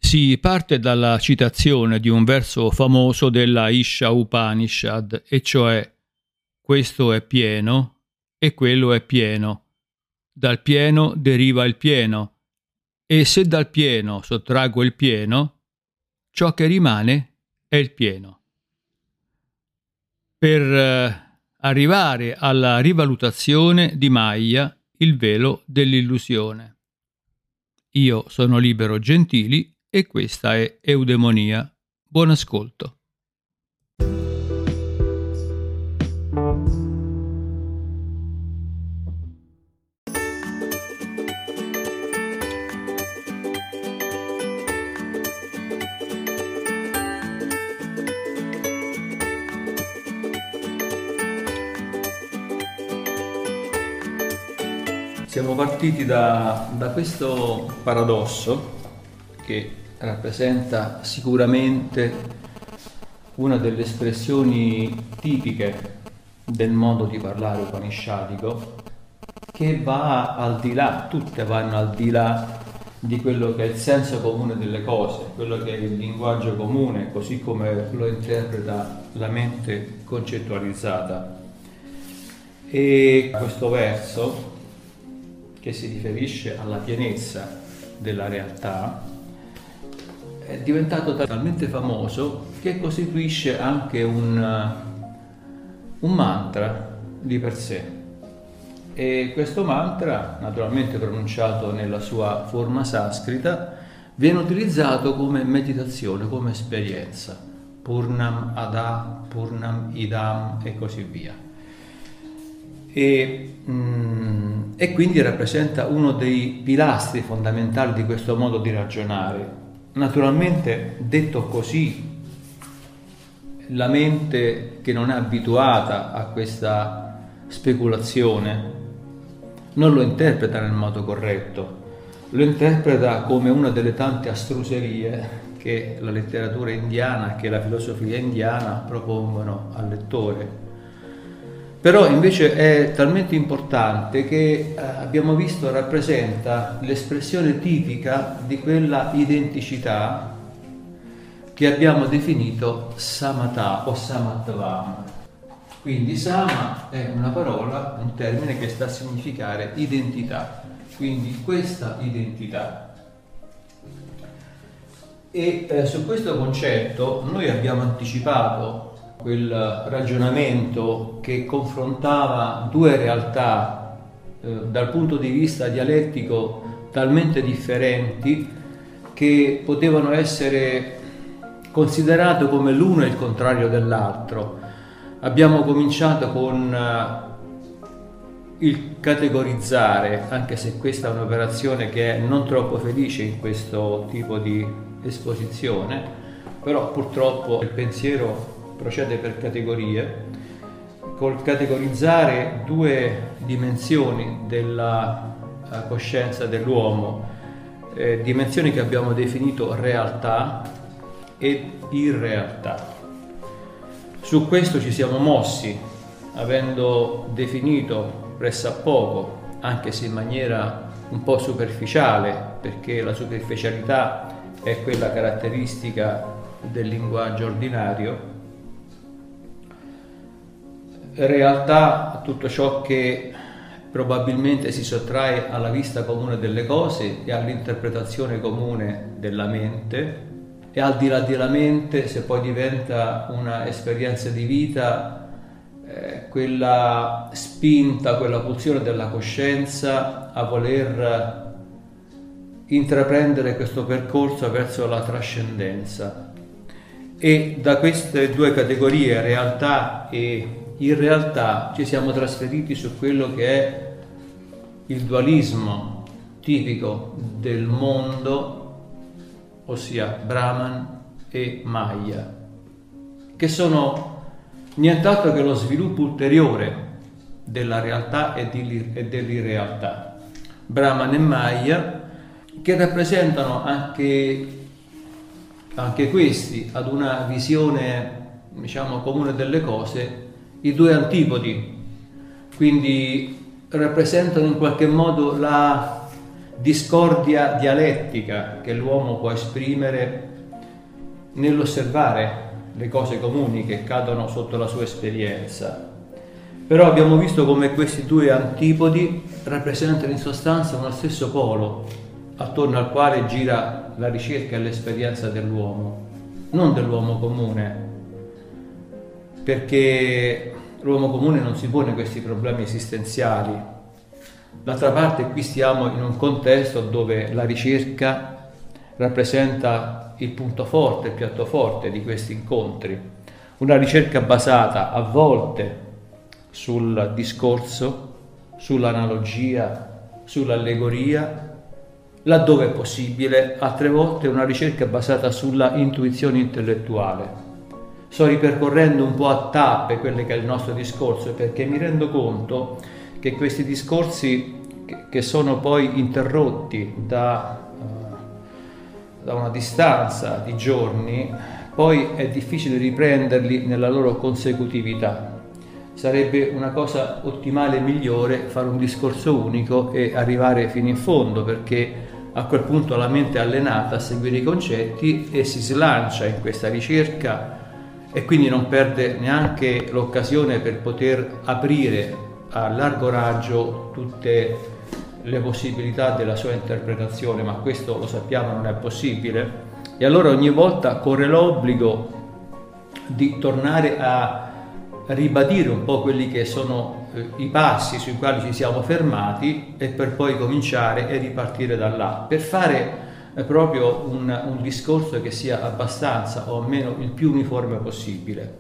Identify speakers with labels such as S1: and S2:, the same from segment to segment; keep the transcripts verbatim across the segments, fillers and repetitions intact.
S1: Si parte dalla citazione di un verso famoso della Isha Upanishad, e cioè questo è pieno e quello è pieno. Dal pieno deriva il pieno, e se dal pieno sottraggo il pieno, ciò che rimane è il pieno. Per eh, arrivare alla rivalutazione di Maya, il velo dell'illusione. Io sono Libero Gentili e questa è Eudemonia. Buon ascolto. Siamo partiti da, da questo paradosso che rappresenta sicuramente una delle espressioni tipiche del modo di parlare upanishadico, che va al di là, tutte vanno al di là di quello che è il senso comune delle cose, quello che è il linguaggio comune, così come lo interpreta la mente concettualizzata. E questo verso, che si riferisce alla pienezza della realtà, è diventato talmente famoso che costituisce anche un, un mantra di per sé. E questo mantra, naturalmente pronunciato nella sua forma sanscrita, viene utilizzato come meditazione, come esperienza. Purnam Ada, Purnam Idam e così via. E, mm, e quindi rappresenta uno dei pilastri fondamentali di questo modo di ragionare. Naturalmente, detto così, la mente che non è abituata a questa speculazione non lo interpreta nel modo corretto, lo interpreta come una delle tante astruserie che la letteratura indiana, che la filosofia indiana propongono al lettore. Però invece è talmente importante che eh, abbiamo visto rappresenta l'espressione tipica di quella identicità che abbiamo definito samatha o samatvam. Quindi sama è una parola, un termine che sta a significare identità, quindi questa identità. E eh, su questo concetto noi abbiamo anticipato quel ragionamento che confrontava due realtà eh, dal punto di vista dialettico talmente differenti che potevano essere considerate come l'uno il contrario dell'altro. Abbiamo cominciato con uh, il categorizzare, anche se questa è un'operazione che è non troppo felice in questo tipo di esposizione, però purtroppo il pensiero procede per categorie, col categorizzare due dimensioni della uh, coscienza dell'uomo, eh, dimensioni che abbiamo definito realtà e irrealtà. Su questo ci siamo mossi, avendo definito pressappoco, anche se in maniera un po' superficiale, perché la superficialità è quella caratteristica del linguaggio ordinario, realtà tutto ciò che probabilmente si sottrae alla vista comune delle cose e all'interpretazione comune della mente, e al di là della mente, se poi diventa una esperienza di vita, eh, quella spinta, quella pulsione della coscienza a voler intraprendere questo percorso verso la trascendenza. E da queste due categorie, realtà e irrealtà, ci siamo trasferiti su quello che è il dualismo tipico del mondo, ossia Brahman e Maya, che sono nient'altro che lo sviluppo ulteriore della realtà e dell'irrealtà. Brahman e Maya, che rappresentano anche, anche questi, ad una visione, diciamo, comune delle cose, i due antipodi, quindi rappresentano in qualche modo la discordia dialettica che l'uomo può esprimere nell'osservare le cose comuni che cadono sotto la sua esperienza. Però abbiamo visto come questi due antipodi rappresentano in sostanza uno stesso polo attorno al quale gira la ricerca e l'esperienza dell'uomo, non dell'uomo comune, perché l'uomo comune non si pone questi problemi esistenziali. D'altra parte qui stiamo in un contesto dove la ricerca rappresenta il punto forte, il piatto forte di questi incontri, una ricerca basata a volte sul discorso, sull'analogia, sull'allegoria, laddove è possibile, altre volte una ricerca basata sulla intuizione intellettuale. Sto ripercorrendo un po' a tappe quello che è il nostro discorso, perché mi rendo conto che questi discorsi che sono poi interrotti da, da una distanza di giorni, poi è difficile riprenderli nella loro consecutività. Sarebbe una cosa ottimale e migliore fare un discorso unico e arrivare fino in fondo, perché a quel punto la mente è allenata a seguire i concetti e si slancia in questa ricerca e quindi non perde neanche l'occasione per poter aprire a largo raggio tutte le possibilità della sua interpretazione, ma questo lo sappiamo non è possibile. E allora ogni volta corre l'obbligo di tornare a ribadire un po' quelli che sono eh, i passi sui quali ci siamo fermati e per poi cominciare e ripartire da là, per fare eh, proprio un, un discorso che sia abbastanza o almeno il più uniforme possibile.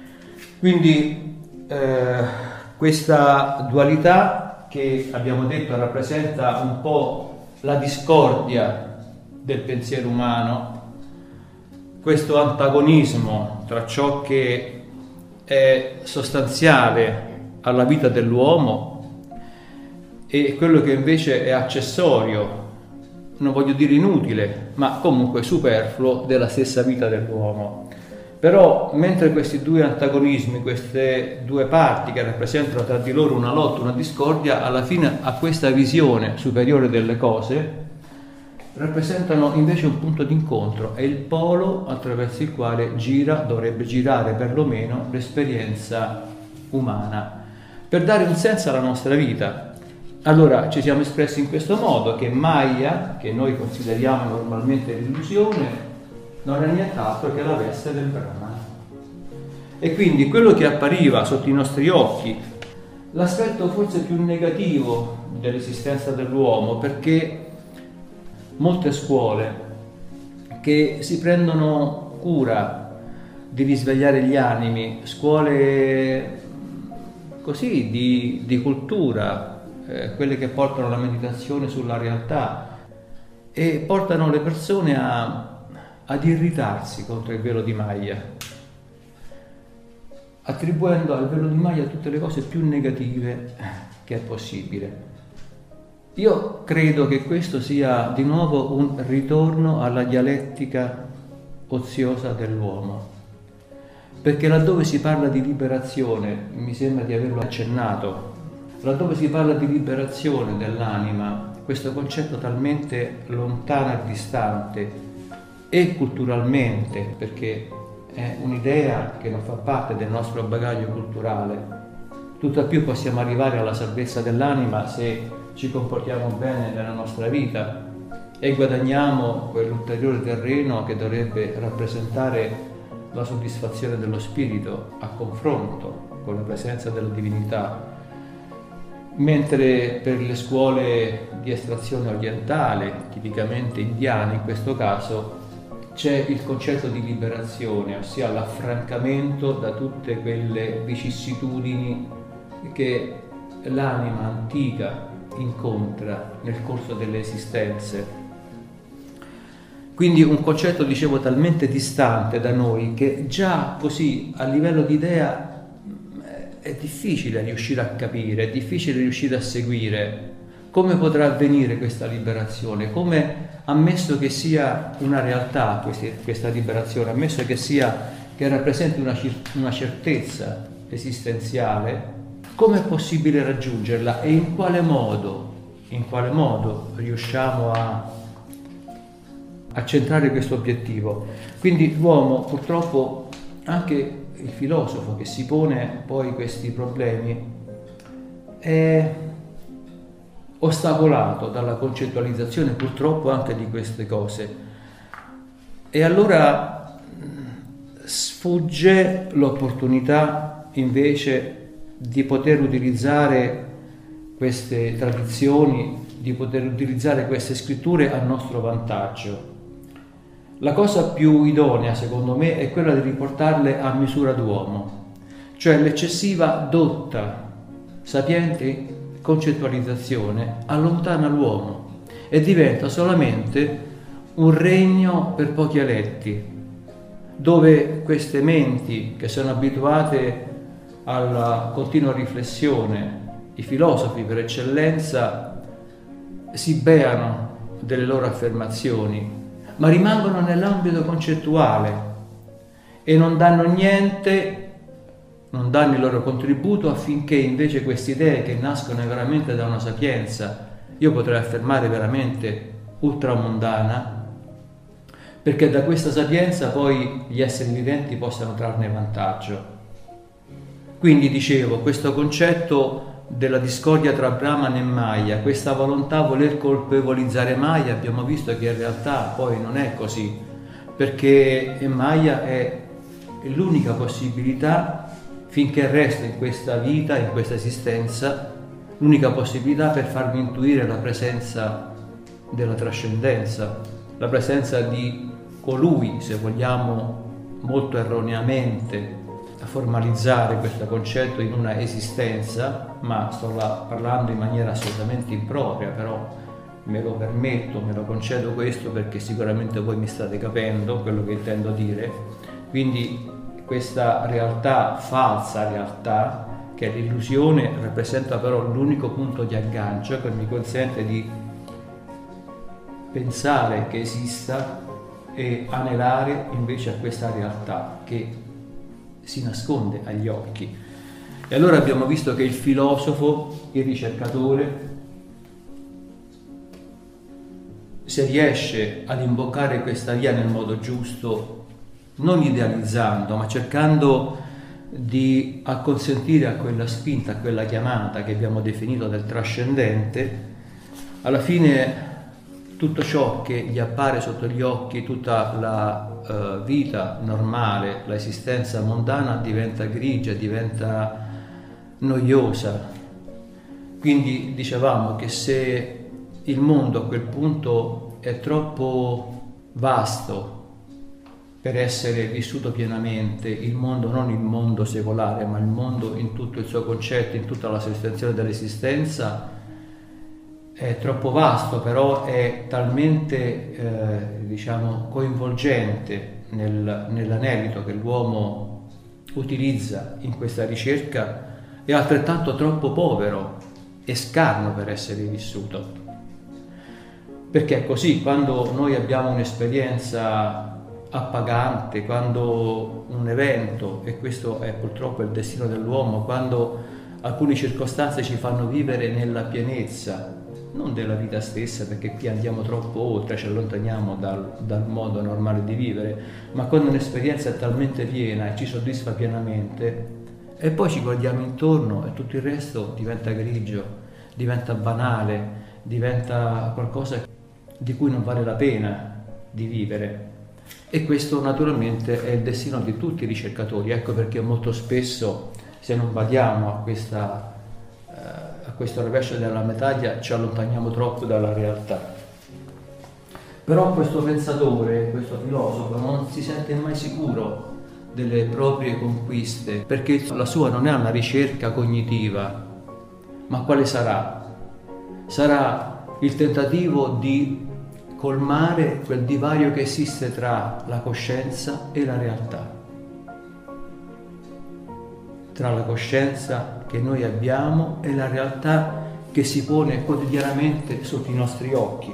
S1: Quindi eh, questa dualità che abbiamo detto rappresenta un po' la discordia del pensiero umano, questo antagonismo tra ciò che è sostanziale alla vita dell'uomo e quello che invece è accessorio, non voglio dire inutile, ma comunque superfluo della stessa vita dell'uomo. Però mentre questi due antagonismi, queste due parti che rappresentano tra di loro una lotta, una discordia, alla fine a questa visione superiore delle cose rappresentano invece un punto d'incontro, è il polo attraverso il quale gira, dovrebbe girare perlomeno l'esperienza umana, per dare un senso alla nostra vita. Allora ci siamo espressi in questo modo, che Maya, che noi consideriamo normalmente l'illusione, non è nient'altro che la veste del Brahman. E quindi quello che appariva sotto i nostri occhi, l'aspetto forse più negativo dell'esistenza dell'uomo, perché molte scuole che si prendono cura di risvegliare gli animi, scuole così di, di cultura, eh, quelle che portano la meditazione sulla realtà e portano le persone a, ad irritarsi contro il velo di Maya, attribuendo al velo di Maya tutte le cose più negative che è possibile. Io credo che questo sia di nuovo un ritorno alla dialettica oziosa dell'uomo, perché laddove si parla di liberazione, mi sembra di averlo accennato, laddove si parla di liberazione dell'anima, questo concetto talmente lontano e distante e culturalmente, perché è un'idea che non fa parte del nostro bagaglio culturale, tutt'al più possiamo arrivare alla salvezza dell'anima se ci comportiamo bene nella nostra vita e guadagniamo quell'ulteriore terreno che dovrebbe rappresentare la soddisfazione dello spirito a confronto con la presenza della divinità. Mentre per le scuole di estrazione orientale, tipicamente indiane in questo caso, c'è il concetto di liberazione, ossia l'affrancamento da tutte quelle vicissitudini che l'anima antica incontra nel corso delle esistenze. Quindi un concetto, dicevo, talmente distante da noi che già così a livello di idea è difficile riuscire a capire, è difficile riuscire a seguire come potrà avvenire questa liberazione, come, ammesso che sia una realtà questa liberazione, ammesso che sia che rappresenti una, una certezza esistenziale, come è possibile raggiungerla e in quale modo in quale modo riusciamo a, a centrare questo obiettivo. Quindi l'uomo, purtroppo, anche il filosofo che si pone poi questi problemi, è ostacolato dalla concettualizzazione purtroppo anche di queste cose, e allora sfugge l'opportunità invece di poter utilizzare queste tradizioni, di poter utilizzare queste scritture a nostro vantaggio. La cosa più idonea, secondo me, è quella di riportarle a misura d'uomo, cioè l'eccessiva dotta, sapiente concettualizzazione allontana l'uomo e diventa solamente un regno per pochi eletti, dove queste menti che sono abituate alla continua riflessione, i filosofi per eccellenza, si beano delle loro affermazioni, ma rimangono nell'ambito concettuale e non danno niente, non danno il loro contributo affinché invece queste idee che nascono veramente da una sapienza, io potrei affermare veramente ultramondana, perché da questa sapienza poi gli esseri viventi possano trarne vantaggio. Quindi dicevo, questo concetto della discordia tra Brahman e Maya, questa volontà a voler colpevolizzare Maya, abbiamo visto che in realtà poi non è così, perché Maya è l'unica possibilità, finché resta in questa vita, in questa esistenza, l'unica possibilità per farmi intuire la presenza della trascendenza, la presenza di colui, se vogliamo molto erroneamente formalizzare questo concetto in una esistenza, ma sto là parlando in maniera assolutamente impropria, però me lo permetto, me lo concedo questo perché sicuramente voi mi state capendo quello che intendo dire. Quindi questa realtà, falsa realtà, che è l'illusione, rappresenta però l'unico punto di aggancio che mi consente di pensare che esista e anelare invece a questa realtà che si nasconde agli occhi. E allora abbiamo visto che il filosofo, il ricercatore, se riesce ad imboccare questa via nel modo giusto, non idealizzando, ma cercando di acconsentire a quella spinta, a quella chiamata che abbiamo definito del trascendente, alla fine tutto ciò che gli appare sotto gli occhi, tutta la uh, vita normale, l'esistenza mondana diventa grigia, diventa noiosa. Quindi dicevamo che se il mondo a quel punto è troppo vasto per essere vissuto pienamente, il mondo, non il mondo secolare, ma il mondo in tutto il suo concetto, in tutta la sua estensione dell'esistenza, è troppo vasto, però è talmente eh, diciamo coinvolgente nel, nell'anelito che l'uomo utilizza in questa ricerca, è altrettanto troppo povero e scarno per essere vissuto. Perché è così, quando noi abbiamo un'esperienza appagante, quando un evento, e questo è purtroppo il destino dell'uomo, quando alcune circostanze ci fanno vivere nella pienezza, non della vita stessa, perché qui andiamo troppo oltre, ci allontaniamo dal, dal modo normale di vivere, ma quando un'esperienza è talmente piena e ci soddisfa pienamente, e poi ci guardiamo intorno e tutto il resto diventa grigio, diventa banale, diventa qualcosa di cui non vale la pena di vivere. E questo naturalmente è il destino di tutti i ricercatori. Ecco perché molto spesso, se non badiamo a questa a questo rovescio della medaglia, ci allontaniamo troppo dalla realtà. Però questo pensatore, questo filosofo, non si sente mai sicuro delle proprie conquiste, perché la sua non è una ricerca cognitiva, ma quale sarà? Sarà il tentativo di colmare quel divario che esiste tra la coscienza e la realtà, tra la coscienza che noi abbiamo e la realtà che si pone quotidianamente sotto i nostri occhi.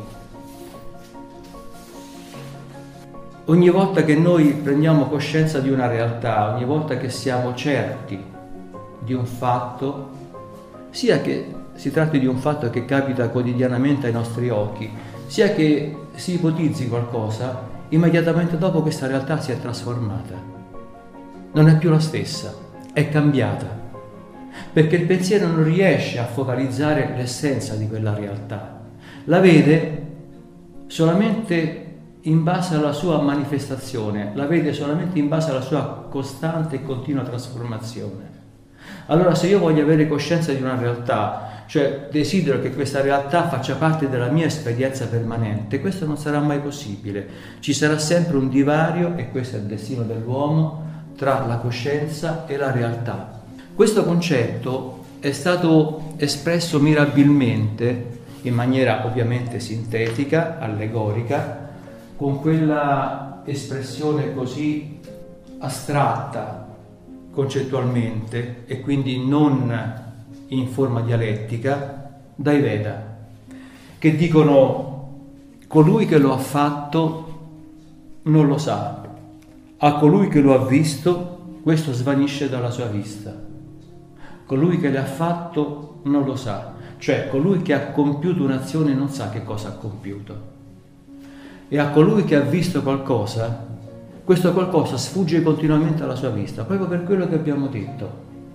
S1: Ogni volta che noi prendiamo coscienza di una realtà, ogni volta che siamo certi di un fatto, sia che si tratti di un fatto che capita quotidianamente ai nostri occhi, sia che si ipotizzi qualcosa, immediatamente dopo questa realtà si è trasformata. Non è più la stessa, è cambiata, perché il pensiero non riesce a focalizzare l'essenza di quella realtà, la vede solamente in base alla sua manifestazione, la vede solamente in base alla sua costante e continua trasformazione. Allora, se io voglio avere coscienza di una realtà, cioè desidero che questa realtà faccia parte della mia esperienza permanente, questo non sarà mai possibile. Ci sarà sempre un divario, e questo è il destino dell'uomo, tra la coscienza e la realtà. Questo concetto è stato espresso mirabilmente, in maniera ovviamente sintetica, allegorica, con quella espressione così astratta concettualmente e quindi non in forma dialettica, dai Veda, che dicono: colui che lo ha fatto non lo sa, a colui che lo ha visto questo svanisce dalla sua vista. Colui che l'ha fatto non lo sa, cioè colui che ha compiuto un'azione non sa che cosa ha compiuto. E a colui che ha visto qualcosa, questo qualcosa sfugge continuamente alla sua vista, proprio per quello che abbiamo detto.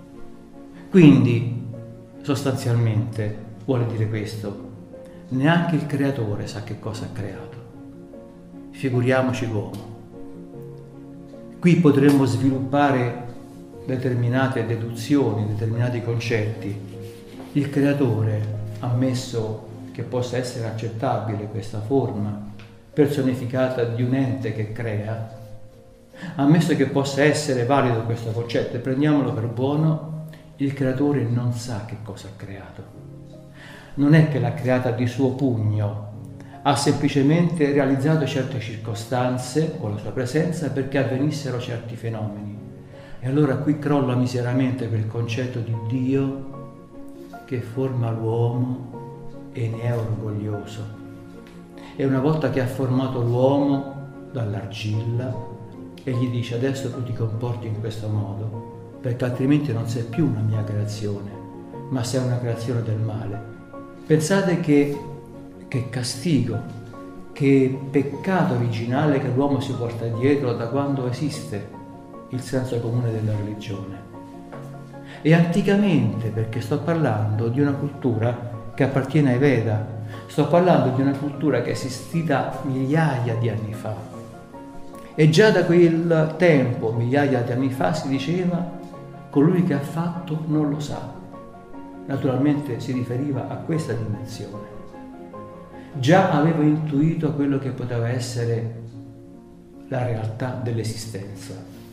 S1: Quindi, sostanzialmente, vuole dire questo: neanche il creatore sa che cosa ha creato. Figuriamoci l'uomo. Qui potremmo sviluppare determinate deduzioni, determinati concetti. Il creatore, ammesso che possa essere accettabile questa forma personificata di un ente che crea, ammesso che possa essere valido questo concetto e prendiamolo per buono, il creatore non sa che cosa ha creato. Non è che l'ha creata di suo pugno, ha semplicemente realizzato certe circostanze con la sua presenza perché avvenissero certi fenomeni. E allora qui crolla miseramente quel concetto di Dio che forma l'uomo e ne è orgoglioso. E una volta che ha formato l'uomo dall'argilla, e gli dice: adesso tu ti comporti in questo modo, perché altrimenti non sei più una mia creazione, ma sei una creazione del male. Pensate che, che castigo, che peccato originale che l'uomo si porta dietro da quando esiste il senso comune della religione. E anticamente, perché sto parlando di una cultura che appartiene ai Veda, sto parlando di una cultura che è esistita migliaia di anni fa. E già da quel tempo, migliaia di anni fa, si diceva: colui che ha fatto non lo sa. Naturalmente si riferiva a questa dimensione. Già avevo intuito quello che poteva essere la realtà dell'esistenza.